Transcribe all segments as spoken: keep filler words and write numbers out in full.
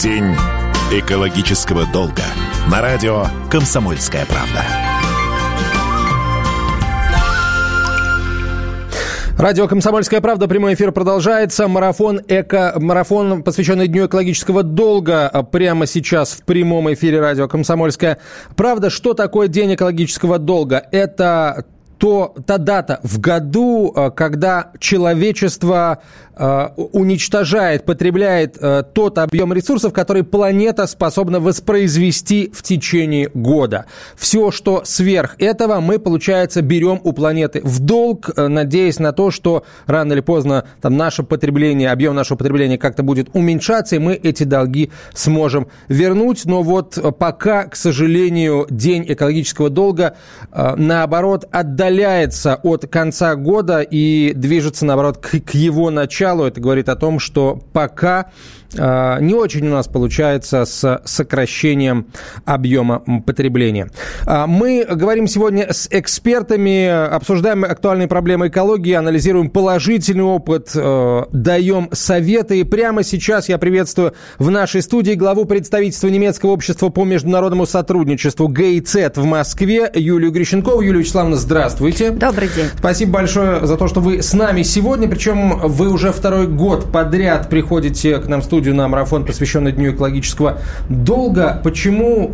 День экологического долга на радио «Комсомольская правда». Радио «Комсомольская правда», прямой эфир продолжается. Марафон, эко, марафон, посвященный Дню экологического долга, прямо сейчас в прямом эфире радио «Комсомольская правда». Что такое День экологического долга? Это то, та дата в году, когда человечество э, уничтожает, потребляет э, тот объем ресурсов, который планета способна воспроизвести в течение года. Все, что сверх этого, мы, получается, берем у планеты в долг, э, надеясь на то, что рано или поздно там, наше потребление, объем нашего потребления как-то будет уменьшаться, и мы эти долги сможем вернуть. Но вот пока, к сожалению, День экологического долга, э, наоборот, отдаляется от конца года и движется, наоборот, к, к его началу. Это говорит о том, что пока э, не очень у нас получается с сокращением объема потребления. Э, мы говорим сегодня с экспертами, обсуждаем актуальные проблемы экологии, анализируем положительный опыт, э, даем советы. И прямо сейчас я приветствую в нашей студии главу представительства немецкого общества по международному сотрудничеству джи и зет в Москве Юлию Грищенкову. Юлия Вячеславовна, здравствуйте. Добрый день. Спасибо большое за то, что вы с нами сегодня. Причем вы уже второй год подряд приходите к нам в студию на марафон, посвященный Дню экологического долга. Почему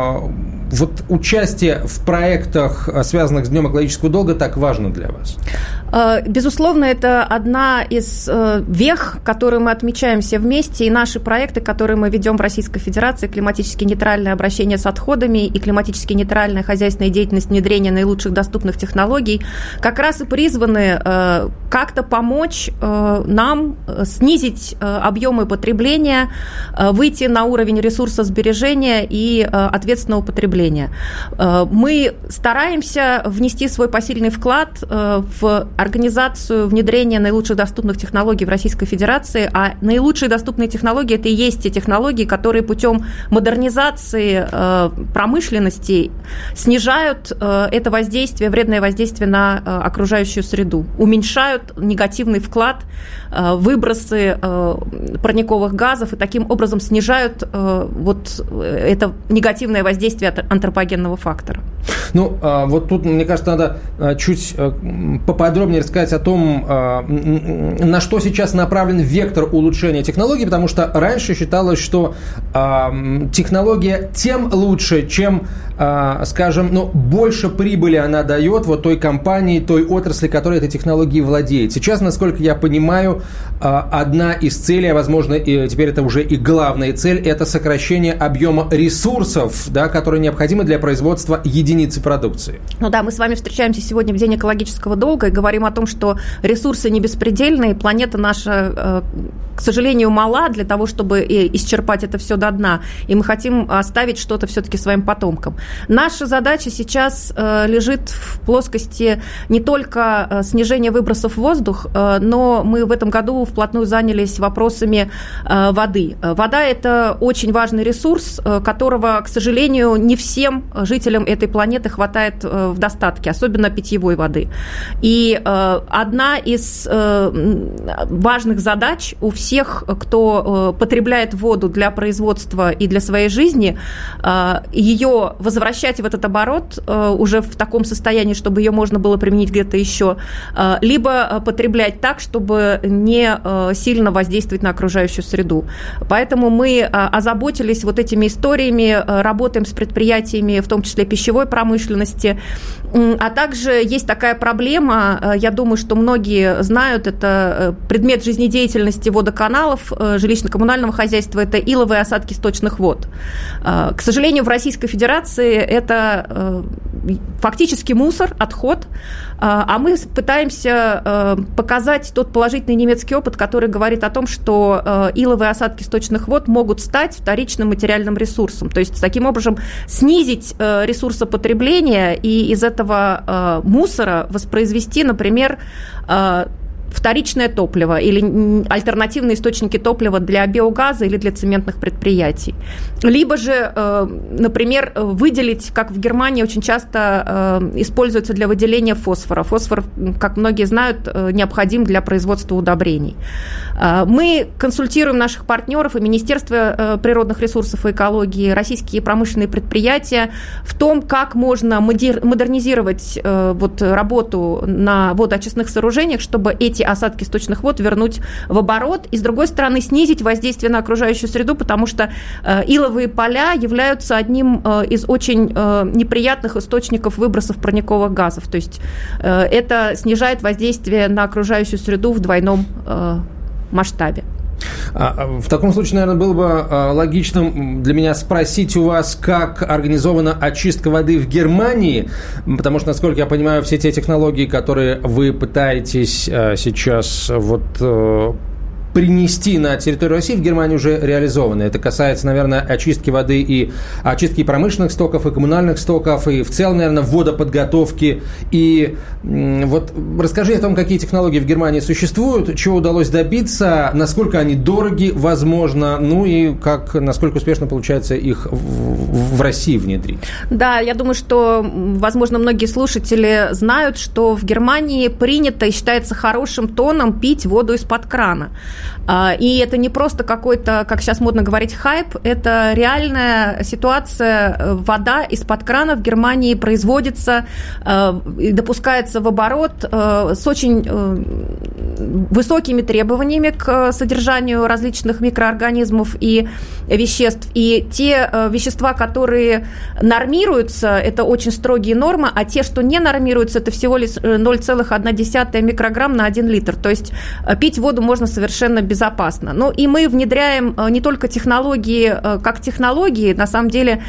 э, вот участие в проектах, связанных с Днем экологического долга, так важно для вас? Безусловно, это одна из вех, которые мы отмечаем все вместе, и наши проекты, которые мы ведем в Российской Федерации, климатически нейтральное обращение с отходами и климатически нейтральная хозяйственная деятельность, внедрение наилучших доступных технологий, как раз и призваны как-то помочь нам снизить объемы потребления, выйти на уровень ресурсосбережения и ответственного потребления. Мы стараемся внести свой посильный вклад в организацию внедрения наилучших доступных технологий в Российской Федерации, а наилучшие доступные технологии – это и есть те технологии, которые путем модернизации э, промышленности снижают э, это воздействие, вредное воздействие на э, окружающую среду, уменьшают негативный вклад, э, выбросы э, парниковых газов и таким образом снижают э, вот это негативное воздействие от антропогенного фактора. Ну, вот тут, мне кажется, надо чуть поподробнее рассказать о том, на что сейчас направлен вектор улучшения технологий, потому что раньше считалось, что технология тем лучше, чем, скажем, ну, больше прибыли она дает вот той компании, той отрасли, которая этой технологией владеет. Сейчас, насколько я понимаю, одна из целей, а возможно, и теперь это уже и главная цель, это сокращение объема ресурсов, да, которые необходимы для производства единицы продукции. Ну да, мы с вами встречаемся сегодня в День экологического долга и говорим о том, что ресурсы не беспредельные, планета наша, к сожалению, мала для того, чтобы исчерпать это все до дна, и мы хотим оставить что-то все-таки своим потомкам. Наша задача сейчас лежит в плоскости не только снижения выбросов в воздух, но мы в этом году вплотную занялись вопросами воды. Вода – это очень важный ресурс, которого, к сожалению, не всем жителям этой планеты хватает в достатке, особенно питьевой воды. И одна из важных задач у всех, кто потребляет воду для производства и для своей жизни, ее возвращать в этот оборот уже в таком состоянии, чтобы ее можно было применить где-то еще, либо потреблять так, чтобы не сильно воздействовать на окружающую среду. Поэтому мы озаботились вот этими историями, работаем с предприятиями, в том числе пищевой промышленности. А также есть такая проблема, я думаю, что многие знают, это предмет жизнедеятельности водоканалов, жилищно-коммунального хозяйства, это иловые осадки сточных вод. К сожалению, в Российской Федерации это фактически мусор, отход, а мы пытаемся показать тот положительный немецкий опыт, который говорит о том, что иловые осадки сточных вод могут стать вторичным материальным ресурсом, то есть таким образом снизить ресурсопотребление и из этого мусора воспроизвести, например, вторичное топливо или альтернативные источники топлива для биогаза или для цементных предприятий. Либо же, например, выделить, как в Германии очень часто используется для выделения фосфора. Фосфор, как многие знают, необходим для производства удобрений. Мы консультируем наших партнеров и Министерство природных ресурсов и экологии, российские промышленные предприятия в том, как можно модернизировать вот работу на водоочистных сооружениях, чтобы эти осадки сточных вод вернуть в оборот, и, с другой стороны, снизить воздействие на окружающую среду, потому что э, иловые поля являются одним э, из очень э, неприятных источников выбросов парниковых газов. То есть э, это снижает воздействие на окружающую среду в двойном э, масштабе. В таком случае, наверное, было бы логичным для меня спросить у вас, как организована очистка воды в Германии, потому что, насколько я понимаю, все те технологии, которые вы пытаетесь сейчас вот принести на территорию России, в Германии уже реализованы. Это касается, наверное, очистки воды и очистки промышленных стоков, и коммунальных стоков, и в целом, наверное, водоподготовки. И вот расскажи о том, какие технологии в Германии существуют, чего удалось добиться, насколько они дороги, возможно, ну и как, насколько успешно получается их в, в России внедрить. Да, я думаю, что, возможно, многие слушатели знают, что в Германии принято и считается хорошим тоном пить воду из-под крана. И это не просто какой-то, как сейчас модно говорить, хайп, это реальная ситуация. Вода из-под крана в Германии производится и допускается в оборот с очень высокими требованиями к содержанию различных микроорганизмов и веществ. И те вещества, которые нормируются, это очень строгие нормы, а те, что не нормируются, это всего лишь ноль целых одна десятая микрограмм на один литр. То есть пить воду можно совершенно безопасно. Ну и мы внедряем не только технологии как технологии, на самом деле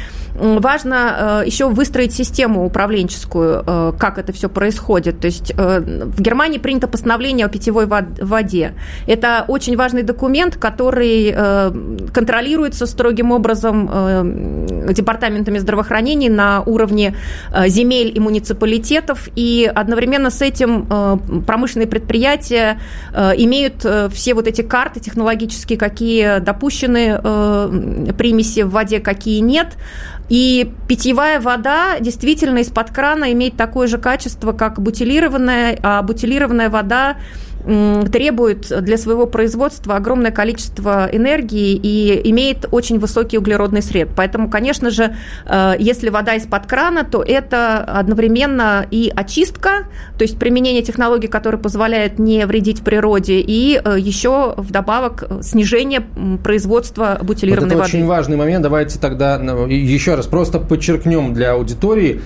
важно еще выстроить систему управленческую, как это все происходит. То есть в Германии принято постановление о питьевой воде. Это очень важный документ, который контролируется строгим образом департаментами здравоохранения на уровне земель и муниципалитетов, и одновременно с этим промышленные предприятия имеют все вот эти карты технологические, какие допущены э, примеси в воде, какие нет. И питьевая вода действительно из-под крана имеет такое же качество, как бутилированная, а бутилированная вода требует для своего производства огромное количество энергии и имеет очень высокий углеродный сред. Поэтому, конечно же, если вода из-под крана, то это одновременно и очистка, то есть применение технологий, которые позволяют не вредить природе, и еще вдобавок снижение производства бутилированной вот это воды. Очень важный момент. Давайте тогда еще раз просто подчеркнем для аудитории.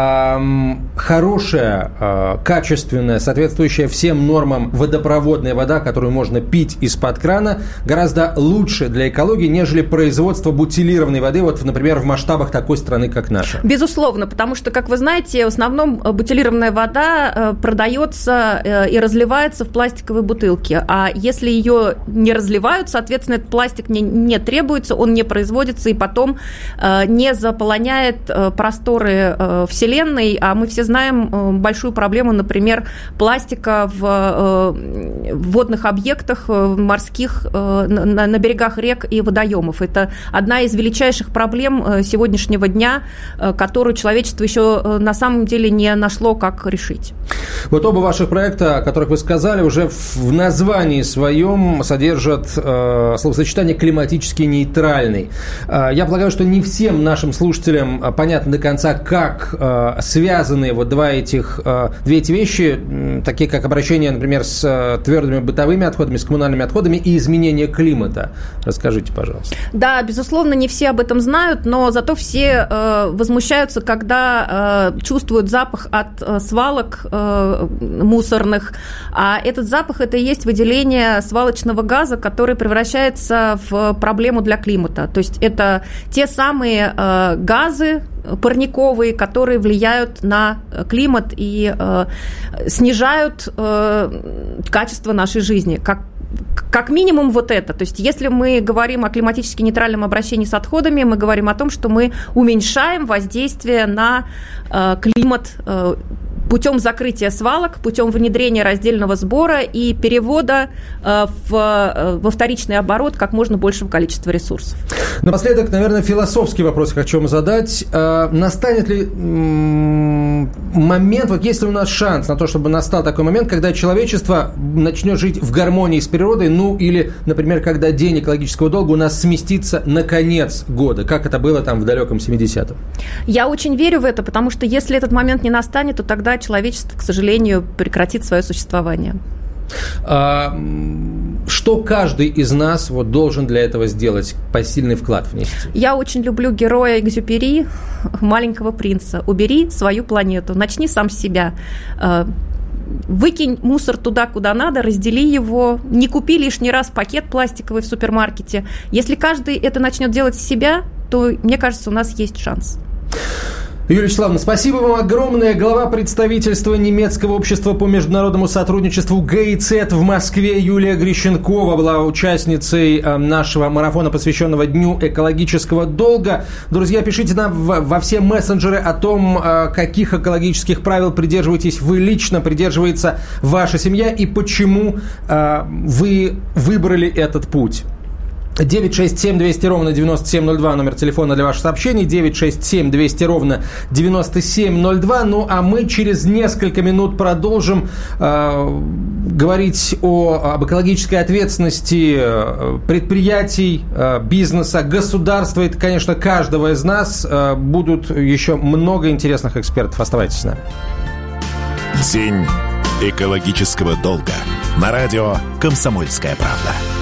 Хорошая, качественная, соответствующая всем нормам водопроводная вода, которую можно пить из-под крана, гораздо лучше для экологии, нежели производство бутилированной воды, вот, например, в масштабах такой страны, как наша. Безусловно, потому что, как вы знаете, в основном бутилированная вода продается и разливается в пластиковой бутылке, а если ее не разливают, соответственно, этот пластик не, не требуется, он не производится и потом не заполоняет просторы Вселенной, а мы все знаем большую проблему, например, пластика в в водных объектах морских, на, на берегах рек и водоемов. Это одна из величайших проблем сегодняшнего дня, которую человечество еще на самом деле не нашло, как решить. Вот оба ваших проекта, о которых вы сказали, уже в названии своем содержат э, словосочетание «климатически нейтральный». Э, я полагаю, что не всем нашим слушателям понятно до конца, как э, связаны вот два этих, э, две эти вещи, э, такие как обращение, например, с э, твердыми бытовыми отходами, с коммунальными отходами и изменение климата. Расскажите, пожалуйста. Да, безусловно, не все об этом знают, но зато все э, возмущаются, когда э, чувствуют запах от э, свалок э, мусорных. А этот запах – это и есть выделение свалочного газа, который превращается в проблему для климата. То есть это те самые э, газы парниковые, которые влияют на климат и э, снижают э, качество нашей жизни. Как Как минимум вот это. То есть если мы говорим о климатически нейтральном обращении с отходами, мы говорим о том, что мы уменьшаем воздействие на э, климат, э, путем закрытия свалок, путем внедрения раздельного сбора и перевода в, во вторичный оборот как можно большего количества ресурсов. Напоследок, наверное, философский вопрос хочу вам задать. Настанет ли момент, вот есть ли у нас шанс на то, чтобы настал такой момент, когда человечество начнет жить в гармонии с природой, ну или, например, когда день экологического долга у нас сместится на конец года, как это было там в далеком семидесятом? Я очень верю в это, потому что если этот момент не настанет, то тогда человечество, к сожалению, прекратит свое существование. А, что каждый из нас вот должен для этого сделать, посильный вклад внести? Я очень люблю героя Экзюпери, «Маленького принца». Убери свою планету, начни сам с себя. Выкинь мусор туда, куда надо, раздели его, не купи лишний раз пакет пластиковый в супермаркете. Если каждый это начнет делать с себя, то, мне кажется, у нас есть шанс. Юлия Вячеславовна, спасибо вам огромное. Глава представительства немецкого общества по международному сотрудничеству ГИЦ в Москве Юлия Грищенкова была участницей нашего марафона, посвященного Дню экологического долга. Друзья, пишите нам во все мессенджеры о том, каких экологических правил придерживаетесь вы лично, придерживается ваша семья и почему вы выбрали этот путь. девять шесть семь двести ровно девяносто семь ноль два, номер телефона для ваших сообщений, девять шесть семь двести ровно девяносто семь ноль два. Ну, а мы через несколько минут продолжим э, говорить о, об экологической ответственности предприятий, э, бизнеса, государства и, конечно, каждого из нас. Э, будут еще много интересных экспертов. Оставайтесь с нами. День экологического долга на радио «Комсомольская правда».